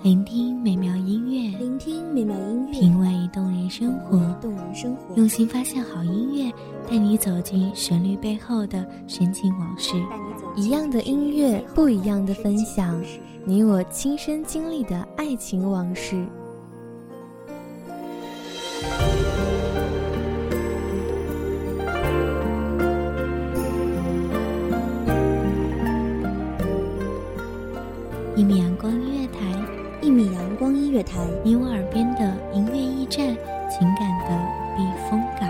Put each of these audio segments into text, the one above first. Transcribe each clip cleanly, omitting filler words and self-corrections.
聆听美妙音乐，品味动人生活，用心发现好音乐，带你走进旋律背后的深情往事。 一样的音乐，不一样的分享，你我亲身经历的爱情往事。 一米阳光音乐台， 一米阳光音乐台， 你我耳边的音乐驿站，情感的避风港。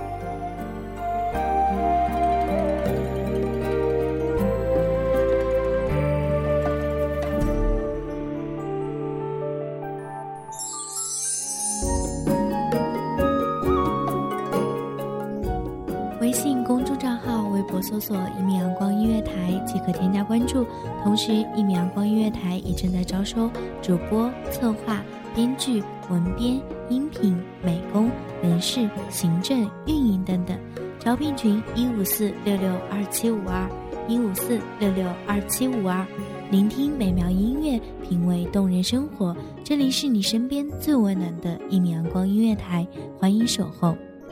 微信公众账号、微博搜索一米阳光音乐台即可添加关注。同时，一米阳光音乐台也正在招收主播、策划、编剧、文编、音频、美工、人事、行政、运营等等。招聘群154662752，154662752。聆听美妙音乐，品味动人生活。这里是你身边最温暖的一米阳光音乐台，欢迎守候。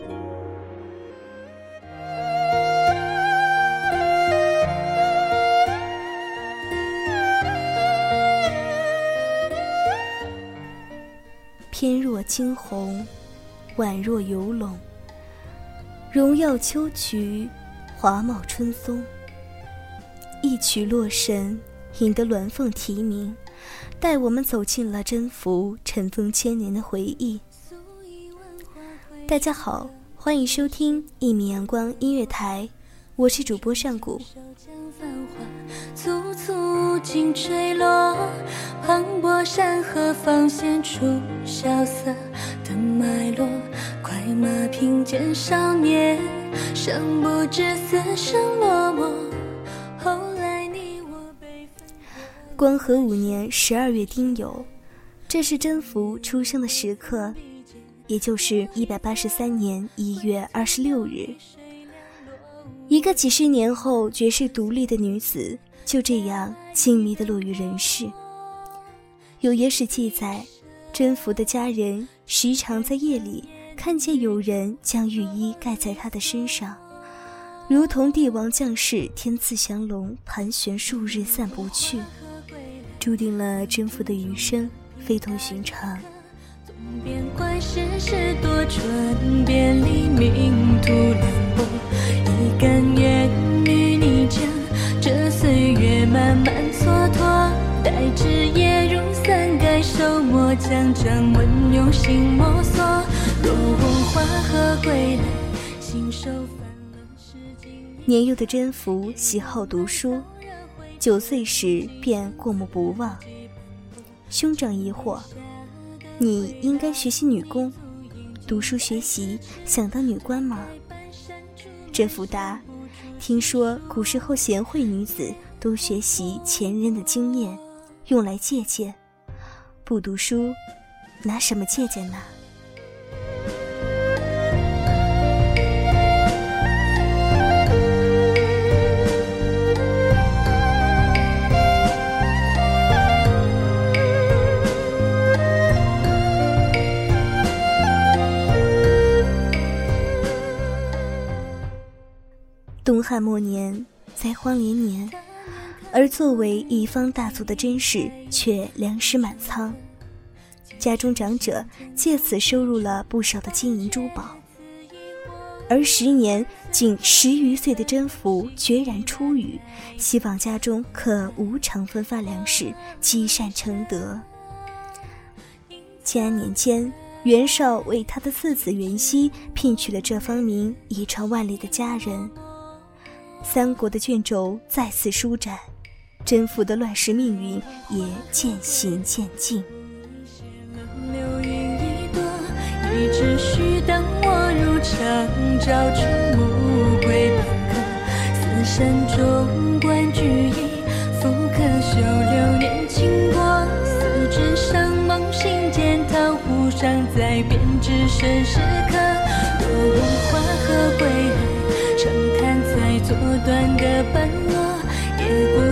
翩若惊鸿，宛若游龙，荣耀秋菊，华茂春松。一曲洛神，引得鸾凤啼鸣，带我们走进了征服尘封千年的回忆。大家好，欢迎收听一米阳光音乐台，我是主播上古。 簇簇尽坠落，磅礴山河方现出萧瑟的脉络。快马平肩少年，尚不知死生落寞。后来你我被光和5年12月丁酉，这是征服出生的时刻，也就是183年1月26日。一个几十年后绝世独立的女子，就这样静谧地落于人世。有野史记载，征服的家人时常在夜里看见有人将浴衣盖在她的身上，如同帝王将士天赐降龙，盘旋数日散不去，注定了征服的余生非同寻常。 边关世事多舛，别离命途凉薄，一甘愿与你将这岁月慢慢蹉跎，待枝叶如伞盖手墨，将掌纹用心摸索。若我花荷归来，信手翻了诗经。 年幼的征服喜好读书，9岁时便过目不忘。兄长疑惑，你应该学习女工，读书学习，想当女官吗？征服答，听说古时候贤惠女子都学习前人的经验，用来借鉴，不读书拿什么借鉴呢？东汉末年，灾荒连年，而作为一方大族的甄氏却粮食满仓，家中长者借此收入了不少的金银珠宝。而10年仅10余岁的甄宓决然出语，希望家中可无偿分发粮食，积善成德。建安年间，袁绍为他的次子袁熙聘娶了这方名遗传万里的佳人。三国的卷轴再次舒展，征服的乱世命运也渐行渐近。 流云一朵，一直须当我入长照出暮归半客，四山中观举一复可修流年经过，四肢上梦心间桃湖上在编织身时刻。若我花荷归来，长叹在作断个半落，也不轻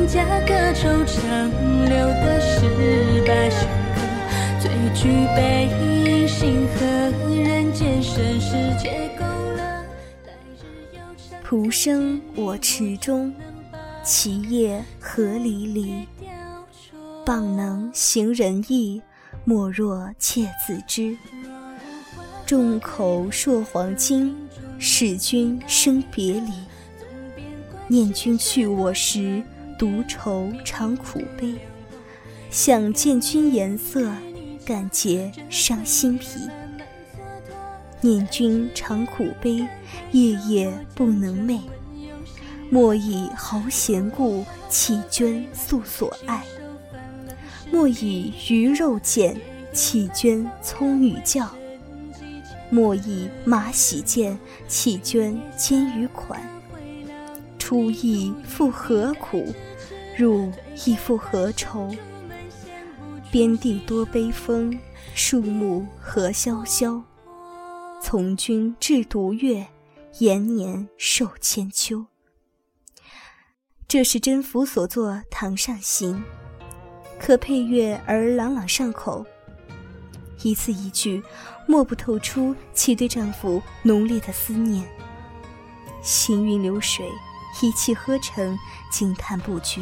家隔愁长流的18首歌，最具悲心和人间盛世皆勾勒。 蒲生我池中，其叶何离离。傍能行人意，莫若妾自知。众口铄黄金，使君生别离。念君去我时，独愁常苦悲。想见君颜色，感结伤心脾。念君常苦悲，夜夜不能寐。莫以豪贤故，弃捐素所爱。莫以鱼肉贱，弃捐葱与教。莫以马喜贱，弃捐奸与款。出亦复何苦，入亦复何愁。边地多悲风，树木何萧萧。从军至独月，延年受千秋。这是甄宓所作《堂上行》，可配乐而朗朗上口，一字一句莫不透出其对丈夫浓烈的思念。行云流水，一气呵成，惊叹不绝。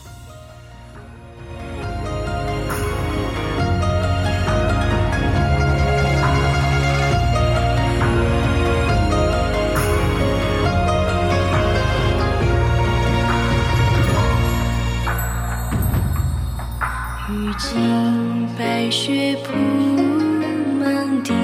雨尽白雪铺满地，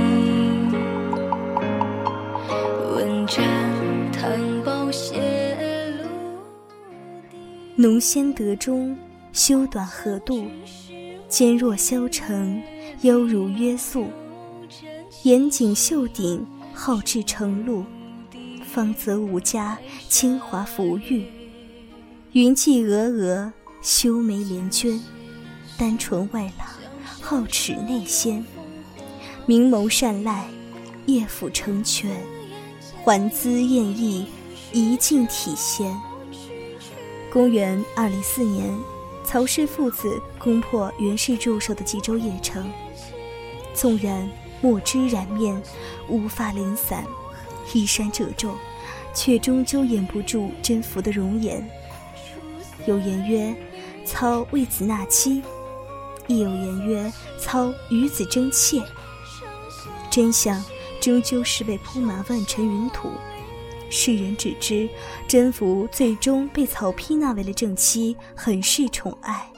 问斩唐宝谢露滴。 浓鲜得中，修短合度。肩若削成，腰如约素。严谨秀顶，好志成露。芳泽无加，清华浮玉。云髻峨峨，修眉连娟。丹唇外朗，皓齿内鲜。明眸善睐，叶府成全。环姿艳逸，仪静体闲。公元204年，曹氏父子攻破袁氏驻守的冀州邺城。纵然墨汁染面，乌发零散，衣衫褶皱，却终究掩不住甄宓的容颜。有言曰：操为子纳妻，亦有言曰：操与子争妾。真相终究是被铺满万尘云土。世人只知甄宓最终被曹丕纳为了正妻，很是宠爱。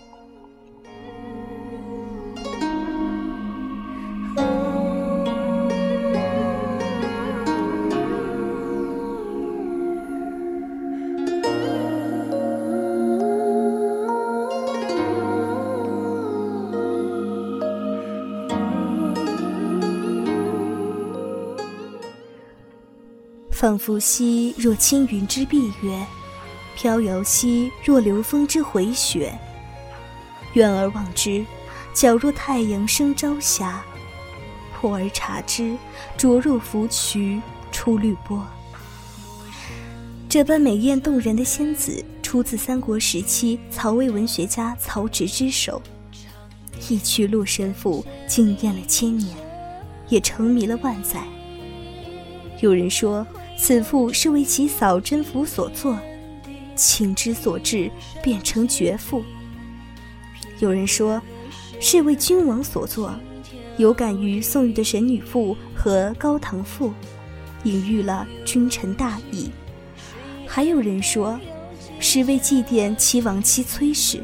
仿佛兮若轻云之蔽月，飘摇兮若流风之回雪。远而望之，皎若太阳升朝霞；破而察之，灼若芙蕖出绿波。这般美艳动人的仙子，出自三国时期曹魏文学家曹植之手。一曲《洛神赋》惊艳了千年，也沉迷了万载。有人说此赋是为其嫂甄宓所作，情之所至，变成绝赋。有人说是为君王所作，有感于宋玉的《神女赋》和《高唐赋》，隐喻了君臣大义。还有人说是为祭奠其亡妻崔氏。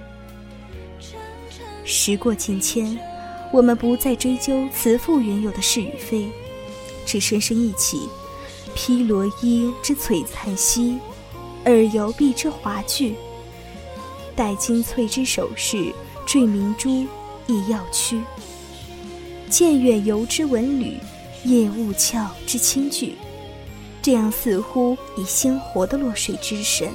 时过境迁，我们不再追究此赋原有的是与非，只深深忆起披罗衣之璀璨兮，耳摇臂之华具。戴金翠之首饰，缀明珠亦耀躯。见远游之文旅，夜雾翘之轻具。这样似乎已鲜活的落水之神。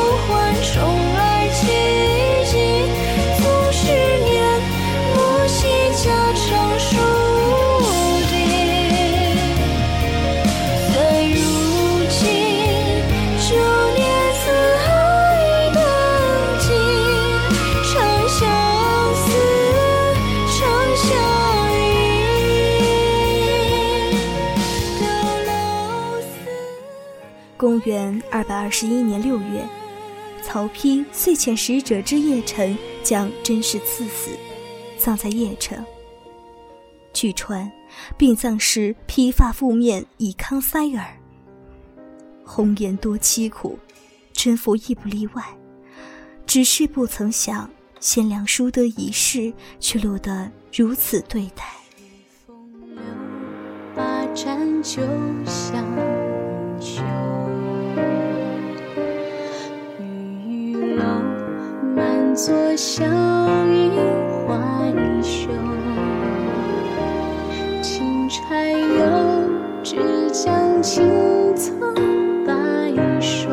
宠儿戚疾，复10年，莫惜元221年6月，曹丕遂遣使者至邺城，将甄氏赐死，葬在邺城。据传，殡葬时披发覆面，以康塞耳。红颜多凄苦，甄宓亦不例外。只是不曾想，贤良淑德一世，却落得如此对待。 把盏酒香一袖，玉楼满座笑语怀袖，轻柴油，只将青草白首。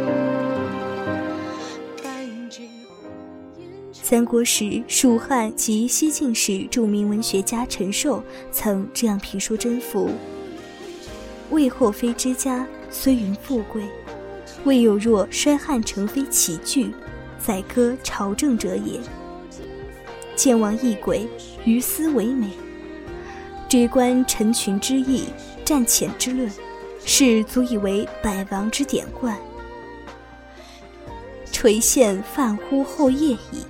三国时，蜀汉及西晋时著名文学家陈寿曾这样评说甄宓：魏后妃之家，虽云富贵，未有若衰汉成妃起居，宰割朝政者也。见王异轨，于斯为美。追观臣群之意，战浅之论，是足以为百王之典冠。垂羡泛乎后业矣。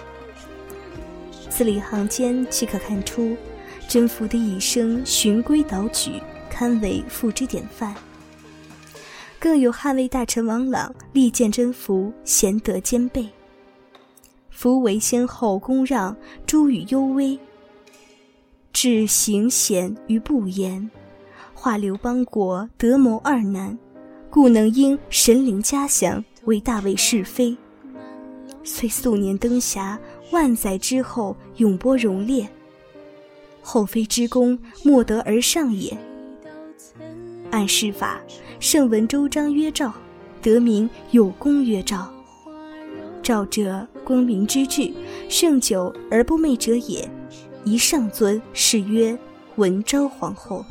字里行间即可看出，甄宓的一生循规蹈矩，堪为父之典范。更有汉魏大臣王朗力荐甄宓，贤德兼备。宓为先后恭让，诸与幽微，至行贤于不言，化刘邦国德谋二难，故能因神灵嘉祥，为大魏是非。虽素年登遐，万载之后永播荣烈，后妃之功，莫得而上也。按世法，圣文周章曰诏，得名有功曰诏。诏者，光明之治，盛久而不昧者也。一上尊，谥曰文昭皇后。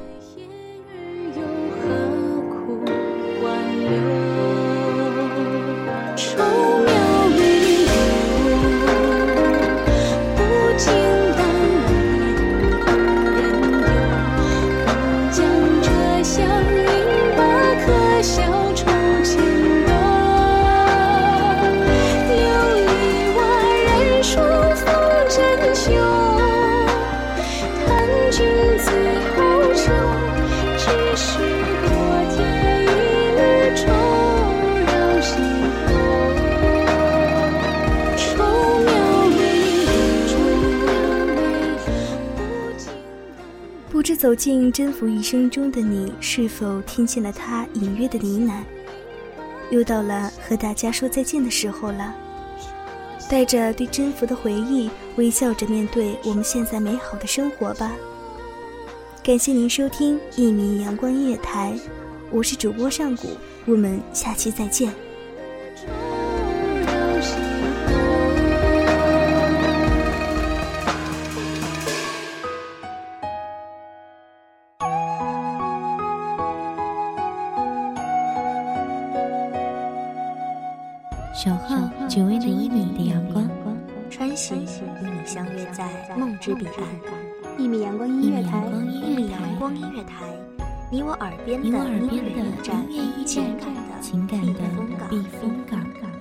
不知走进甄宓一生中的你，是否听见了他隐约的呢喃？又到了和大家说再见的时候了。带着对甄宓的回忆，微笑着面对我们现在美好的生活吧。感谢您收听1米阳光音乐台，我是主播上古，我们下期再见。 守候只为那1米的阳光， 穿行与你相约在梦之彼岸。 1米阳光音乐台 ，1米阳光音乐台，你我耳边的音乐驿站，情感的避风港。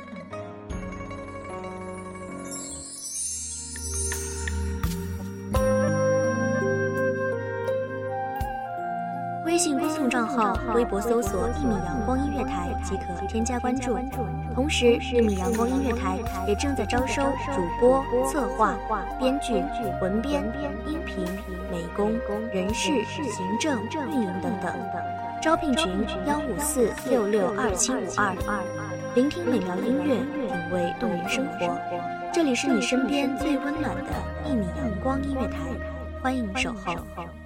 微信公众账号、微博搜索1米阳光音乐台即可添加关注。同时，1米阳光音乐台也正在招收主播、策划、编剧、文编、音频、美工、人事、行政、运营等等。招聘群154662752。聆听美妙音乐，品味动人生活。这里是你身边最温暖的1米阳光音乐台，欢迎守候。